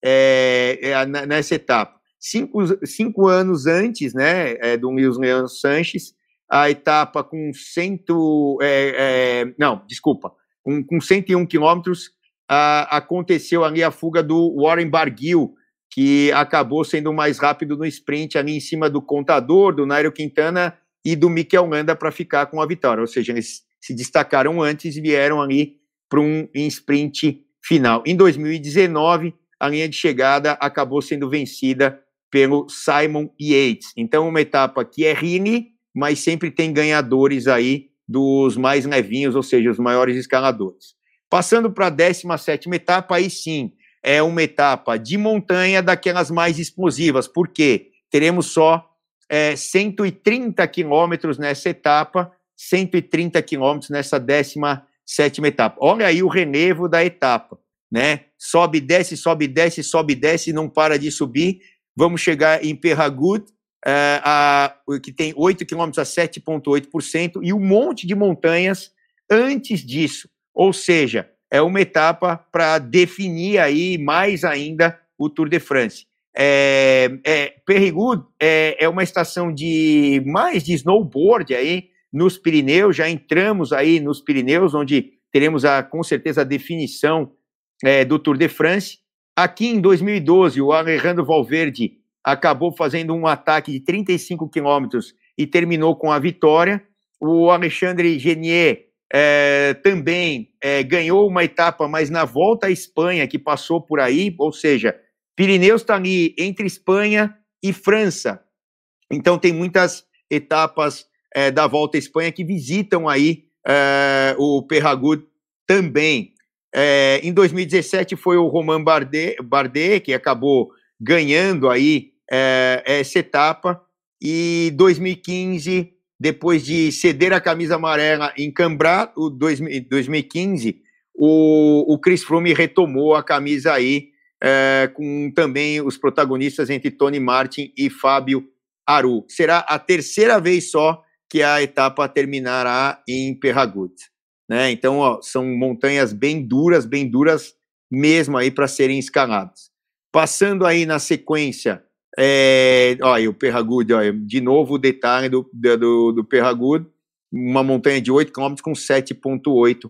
é, é, nessa etapa. Cinco, cinco anos antes, né, é, do Luiz Leão Sanches, a etapa com cento, é, é, não, desculpa, um, com cento e um quilômetros, a, aconteceu ali a fuga do Warren Barguil, que acabou sendo mais rápido no sprint ali em cima do Contador, do Nairo Quintana e do Mikel Landa para ficar com a vitória. Ou seja, eles se destacaram antes e vieram ali para um sprint final. Em dois mil e dezenove, a linha de chegada acabou sendo vencida pelo Simon Yates. Então, uma etapa que é rini, mas sempre tem ganhadores aí dos mais levinhos, ou seja, os maiores escaladores. Passando para a décima sétima etapa, aí sim, é uma etapa de montanha daquelas mais explosivas, porque teremos só é, cento e trinta quilômetros nessa etapa, cento e trinta quilômetros nessa décima sétima etapa. Olha aí o relevo da etapa, né? Sobe, desce, sobe, desce, sobe, desce, não para de subir. Vamos chegar em Peyragudes, Uh, a, que tem oito quilômetros a sete vírgula oito por cento, e um monte de montanhas antes disso. Ou seja, é uma etapa para definir aí mais ainda o Tour de France. É, é, Peyragudes é, é uma estação de mais de snowboard aí nos Pirineus. Já entramos aí nos Pirineus, onde teremos a, com certeza a definição é, do Tour de France. Aqui em dois mil e doze, o Alejandro Valverde acabou fazendo um ataque de trinta e cinco quilômetros e terminou com a vitória. O Alexandre Genier é, também é, ganhou uma etapa, mas na volta à Espanha, que passou por aí, ou seja, Pirineus está ali entre Espanha e França. Então tem muitas etapas é, da volta à Espanha que visitam aí é, o Peyragudes também. É, em dois mil e dezessete foi o Romain Bardet, Bardet que acabou ganhando aí é, essa etapa, e dois mil e quinze, depois de ceder a camisa amarela em Cambrai, o dois mil e quinze, o, o Chris Froome retomou a camisa aí, é, com também os protagonistas entre Tony Martin e Fábio Aru. Será a terceira vez só que a etapa terminará em Peyragudes, né? Então, ó, são montanhas bem duras, bem duras mesmo aí para serem escaladas. Passando aí na sequência, é, olha, o Peyragudes, olha, de novo o detalhe do, do, do Peyragudes, uma montanha de oito quilômetros com sete vírgula oito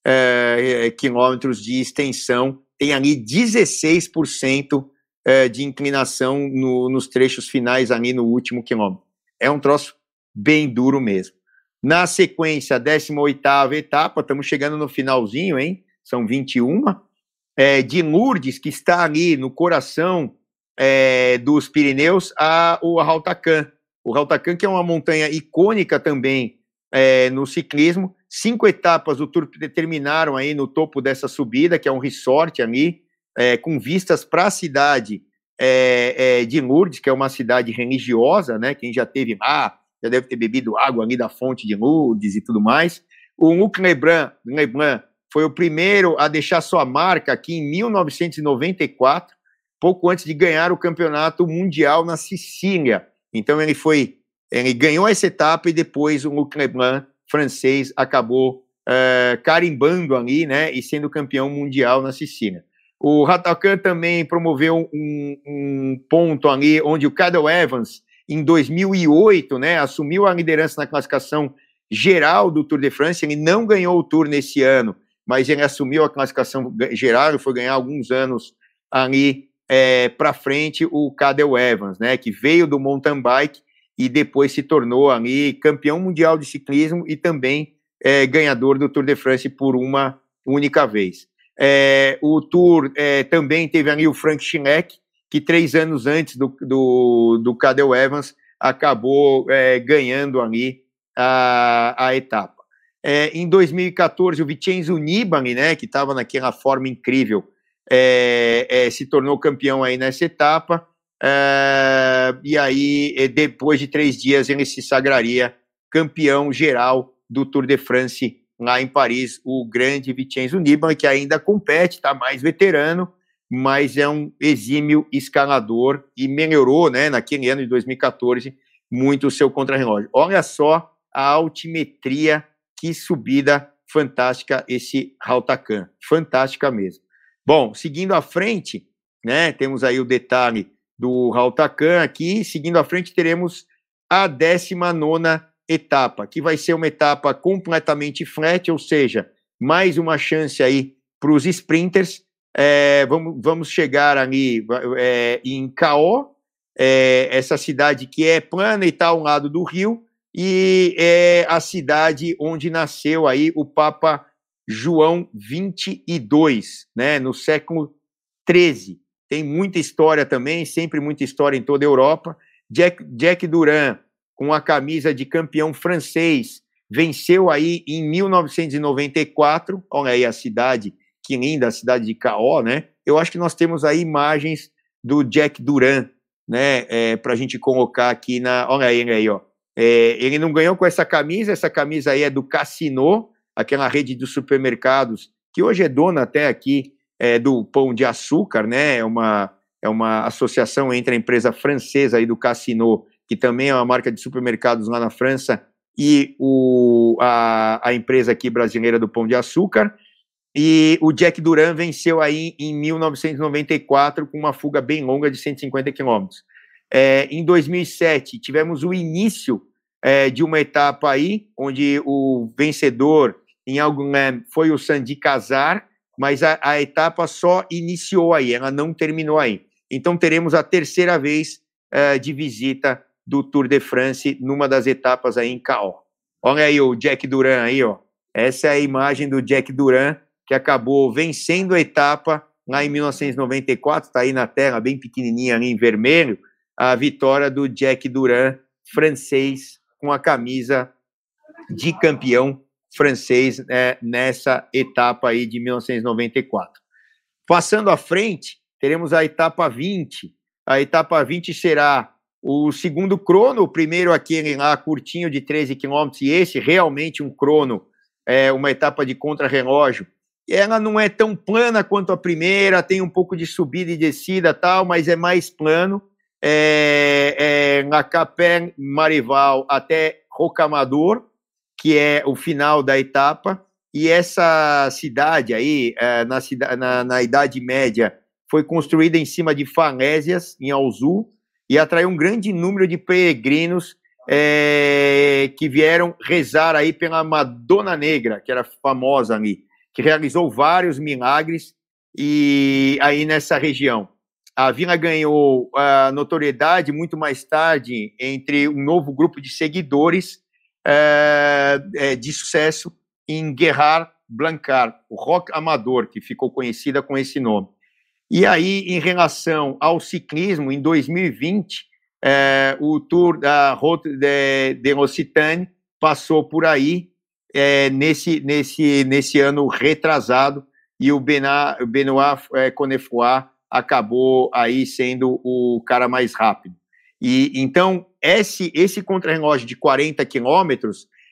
é, quilômetros de extensão, tem ali dezesseis por cento é, de inclinação no, nos trechos finais ali no último quilômetro. É um troço bem duro mesmo. Na sequência, a décima oitava etapa, estamos chegando no finalzinho, hein? São vinte e uma. É, de Lourdes, que está ali no coração é, dos Pirineus, a, o Hautacam. O Hautacam, que é uma montanha icônica também é, no ciclismo. Cinco etapas do Tour terminaram aí no topo dessa subida, que é um resort ali, é, com vistas para a cidade é, é, de Lourdes, que é uma cidade religiosa, né? Quem já teve lá, já deve ter bebido água ali da fonte de Lourdes e tudo mais. O Luc Lebrun, Lebrun foi o primeiro a deixar sua marca aqui em mil novecentos e noventa e quatro, pouco antes de ganhar o campeonato mundial na Sicília. Então ele foi, ele ganhou essa etapa e depois o Luc Leblanc, francês, acabou uh, carimbando ali, né, e sendo campeão mundial na Sicília. O Hatakam também promoveu um, um ponto ali onde o Cadel Evans, em dois mil e oito, né, assumiu a liderança na classificação geral do Tour de France. Ele não ganhou o Tour nesse ano, mas ele assumiu a classificação geral e foi ganhar alguns anos ali é, para frente o Cadel Evans, né, que veio do mountain bike e depois se tornou ali campeão mundial de ciclismo e também é, ganhador do Tour de France por uma única vez. É, o Tour é, também teve ali o Frank Schleck, que três anos antes do, do, do Cadel Evans acabou é, ganhando ali a, a etapa. É, em dois mil e quatorze, o Vincenzo Nibali, né, que estava naquela forma incrível, é, é, se tornou campeão aí nessa etapa, é, e aí, depois de três dias, ele se sagraria campeão geral do Tour de France lá em Paris, o grande Vincenzo Nibali, que ainda compete, está mais veterano, mas é um exímio escalador e melhorou, né, naquele ano de dois mil e quatorze, muito o seu contrarrelógio. Olha só a altimetria, que subida fantástica esse Hatakam, fantástica mesmo. Bom, seguindo à frente, né, temos aí o detalhe do Hatakam aqui, seguindo à frente teremos a décima nona etapa, que vai ser uma etapa completamente flat, ou seja, mais uma chance aí para os sprinters. É, vamos, vamos chegar ali é, em Caó, é, essa cidade que é plana e está ao lado do rio, e é a cidade onde nasceu aí o Papa João vinte e dois, né, no século treze. Tem muita história também, sempre muita história em toda a Europa. Jack, Jack Durand, com a camisa de campeão francês, venceu aí em mil novecentos e noventa e quatro, olha aí a cidade, que linda, a cidade de Caó, né? Eu acho que nós temos aí imagens do Jack Durand, né, é, para a gente colocar aqui na... Olha ele aí, ó. É, ele não ganhou com essa camisa, essa camisa aí é do Casino, aquela rede de supermercados, que hoje é dona até aqui é, do Pão de Açúcar, né? É uma, é uma associação entre a empresa francesa aí do Casino, que também é uma marca de supermercados lá na França, e o, a, a empresa aqui brasileira do Pão de Açúcar. E o Jack Durand venceu aí em mil novecentos e noventa e quatro com uma fuga bem longa de cento e cinquenta quilômetros. É, em dois mil e sete, tivemos o início é, de uma etapa aí, onde o vencedor em Angoulême foi o Sandy Cazar, mas a, a etapa só iniciou aí, ela não terminou aí. Então teremos a terceira vez é, de visita do Tour de France numa das etapas aí em Caó. Olha aí o Jack Durand aí, ó. Essa é a imagem do Jack Durand, que acabou vencendo a etapa lá em mil novecentos e noventa e quatro, está aí na tela, bem pequenininha ali em vermelho, a vitória do Jack Durand, francês, com a camisa de campeão francês é, nessa etapa aí de mil novecentos e noventa e quatro. Passando à frente, teremos a etapa vinte. A etapa vinte será o segundo crono, o primeiro aquele lá curtinho de treze quilômetros, e esse realmente um crono, é uma etapa de contrarrelógio. Ela não é tão plana quanto a primeira, tem um pouco de subida e descida tal, mas é mais plano. É, é na Capelle Marival até Rocamadour, que é o final da etapa, e essa cidade aí, é, na, na, na Idade Média, foi construída em cima de falésias, em Alzou, e atraiu um grande número de peregrinos é, que vieram rezar aí pela Madonna Negra, que era famosa ali, que realizou vários milagres e aí nessa região. A vila ganhou a notoriedade muito mais tarde entre um novo grupo de seguidores é, é, de sucesso em Gerard Blancard, o rock amador, que ficou conhecida com esse nome. E aí, em relação ao ciclismo, em dois mil e vinte, é, o Tour da Route de, de l'Occitanie passou por aí, é, nesse, nesse, nesse ano retrasado, e o Benoit, Benoit é, Connefroy acabou aí sendo o cara mais rápido. E então, esse, esse contrarrelógio de quarenta quilômetros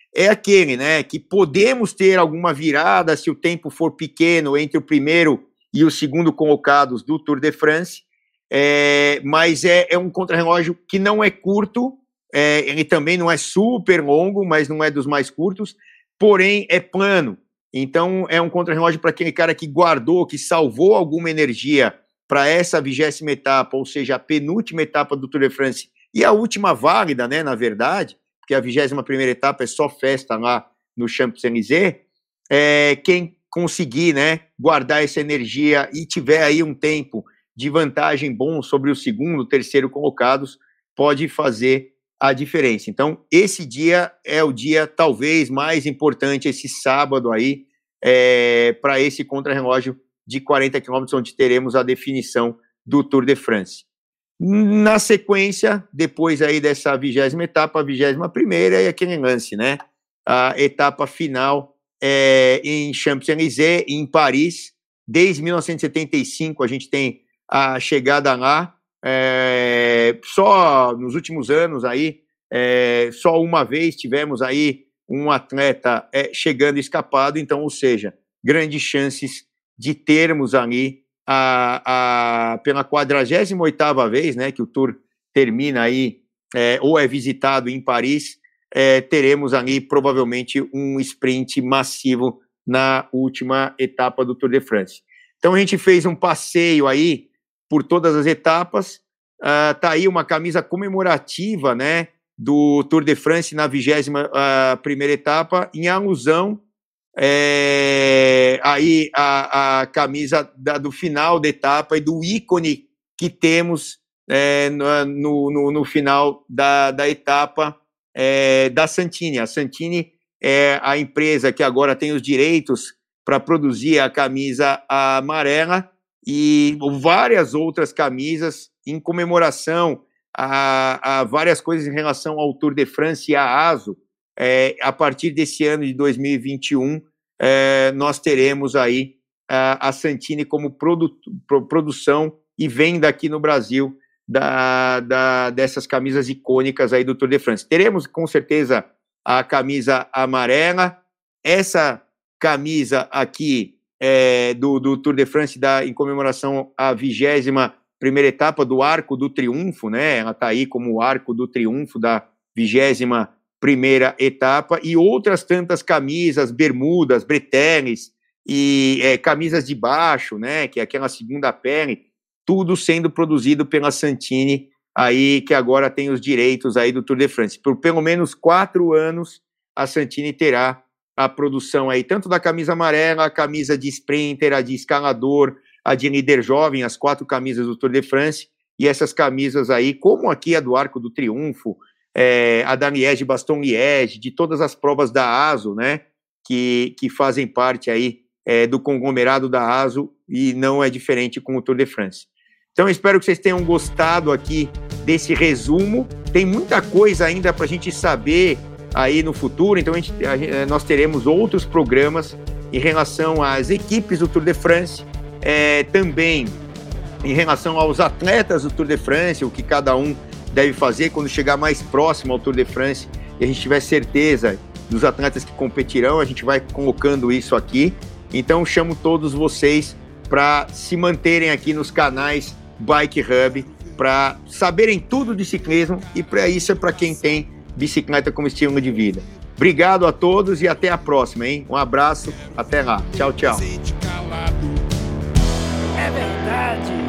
é aquele, né, que podemos ter alguma virada se o tempo for pequeno entre o primeiro e o segundo colocados do Tour de France, é, mas é, é um contrarrelógio que não é curto, é, ele também não é super longo, mas não é dos mais curtos, porém é plano. Então é um contrarrelógio para aquele cara que guardou, que salvou alguma energia para essa vigésima etapa, ou seja, a penúltima etapa do Tour de France, e a última válida, né, na verdade, porque a vigésima primeira etapa é só festa lá no Champs-Élysées, é, quem conseguir, né, guardar essa energia e tiver aí um tempo de vantagem bom sobre o segundo, terceiro colocados, pode fazer a diferença. Então, esse dia é o dia talvez mais importante, esse sábado aí, é, para esse contrarrelógio de quarenta quilômetros, onde teremos a definição do Tour de France. Na sequência, depois aí dessa vigésima etapa, a vigésima primeira é aquele lance, né? A etapa final é em Champs-Élysées, em Paris. Desde mil novecentos e setenta e cinco a gente tem a chegada lá. É, só nos últimos anos aí, é, só uma vez tivemos aí um atleta é, chegando escapado, então, ou seja, grandes chances de termos ali A, a, pela quadragésima oitava vez, né, que o Tour termina aí, é, ou é visitado em Paris, é, teremos ali provavelmente um sprint massivo na última etapa do Tour de France. Então a gente fez um passeio aí por todas as etapas, uh, tá aí uma camisa comemorativa, né, do Tour de France na vigésima uh, primeira etapa, em alusão É, aí a, a camisa da, do final da etapa e do ícone que temos é, no, no, no final da, da etapa é, da Santini. A Santini é a empresa que agora tem os direitos para produzir a camisa amarela e várias outras camisas em comemoração a, a várias coisas em relação ao Tour de France e à ASO. É, a partir desse ano de dois mil e vinte e um, é, nós teremos aí a, a Santini como produ, pro, produção e venda aqui no Brasil da, da, dessas camisas icônicas aí do Tour de France. Teremos, com certeza, a camisa amarela, essa camisa aqui é, do, do Tour de France da, em comemoração à vigésima primeira etapa do Arco do Triunfo, né? Ela está aí como o Arco do Triunfo da vigésima primeira etapa, e outras tantas camisas, bermudas, breteles e é, camisas de baixo, né, que é aquela segunda pele, tudo sendo produzido pela Santini, aí que agora tem os direitos aí do Tour de France. Por pelo menos quatro anos, a Santini terá a produção aí, tanto da camisa amarela, a camisa de sprinter, a de escalador, a de líder jovem, as quatro camisas do Tour de France, e essas camisas aí, como aqui a do Arco do Triunfo, É, a da Liège-Bastogne-Liège, de todas as provas da ASO, né, que, que fazem parte aí é, do conglomerado da ASO, e não é diferente com o Tour de France. Então, eu espero que vocês tenham gostado aqui desse resumo. Tem muita coisa ainda para a gente saber aí no futuro, então a gente, a, nós teremos outros programas em relação às equipes do Tour de France, é, também em relação aos atletas do Tour de France, o que cada um deve fazer quando chegar mais próximo ao Tour de France e a gente tiver certeza dos atletas que competirão, a gente vai colocando isso aqui. Então chamo todos vocês para se manterem aqui nos canais Bike Hub, para saberem tudo de ciclismo, e para isso é para quem tem bicicleta como estilo de vida. Obrigado a todos e até a próxima, hein? Um abraço, até lá. Tchau, tchau. É verdade.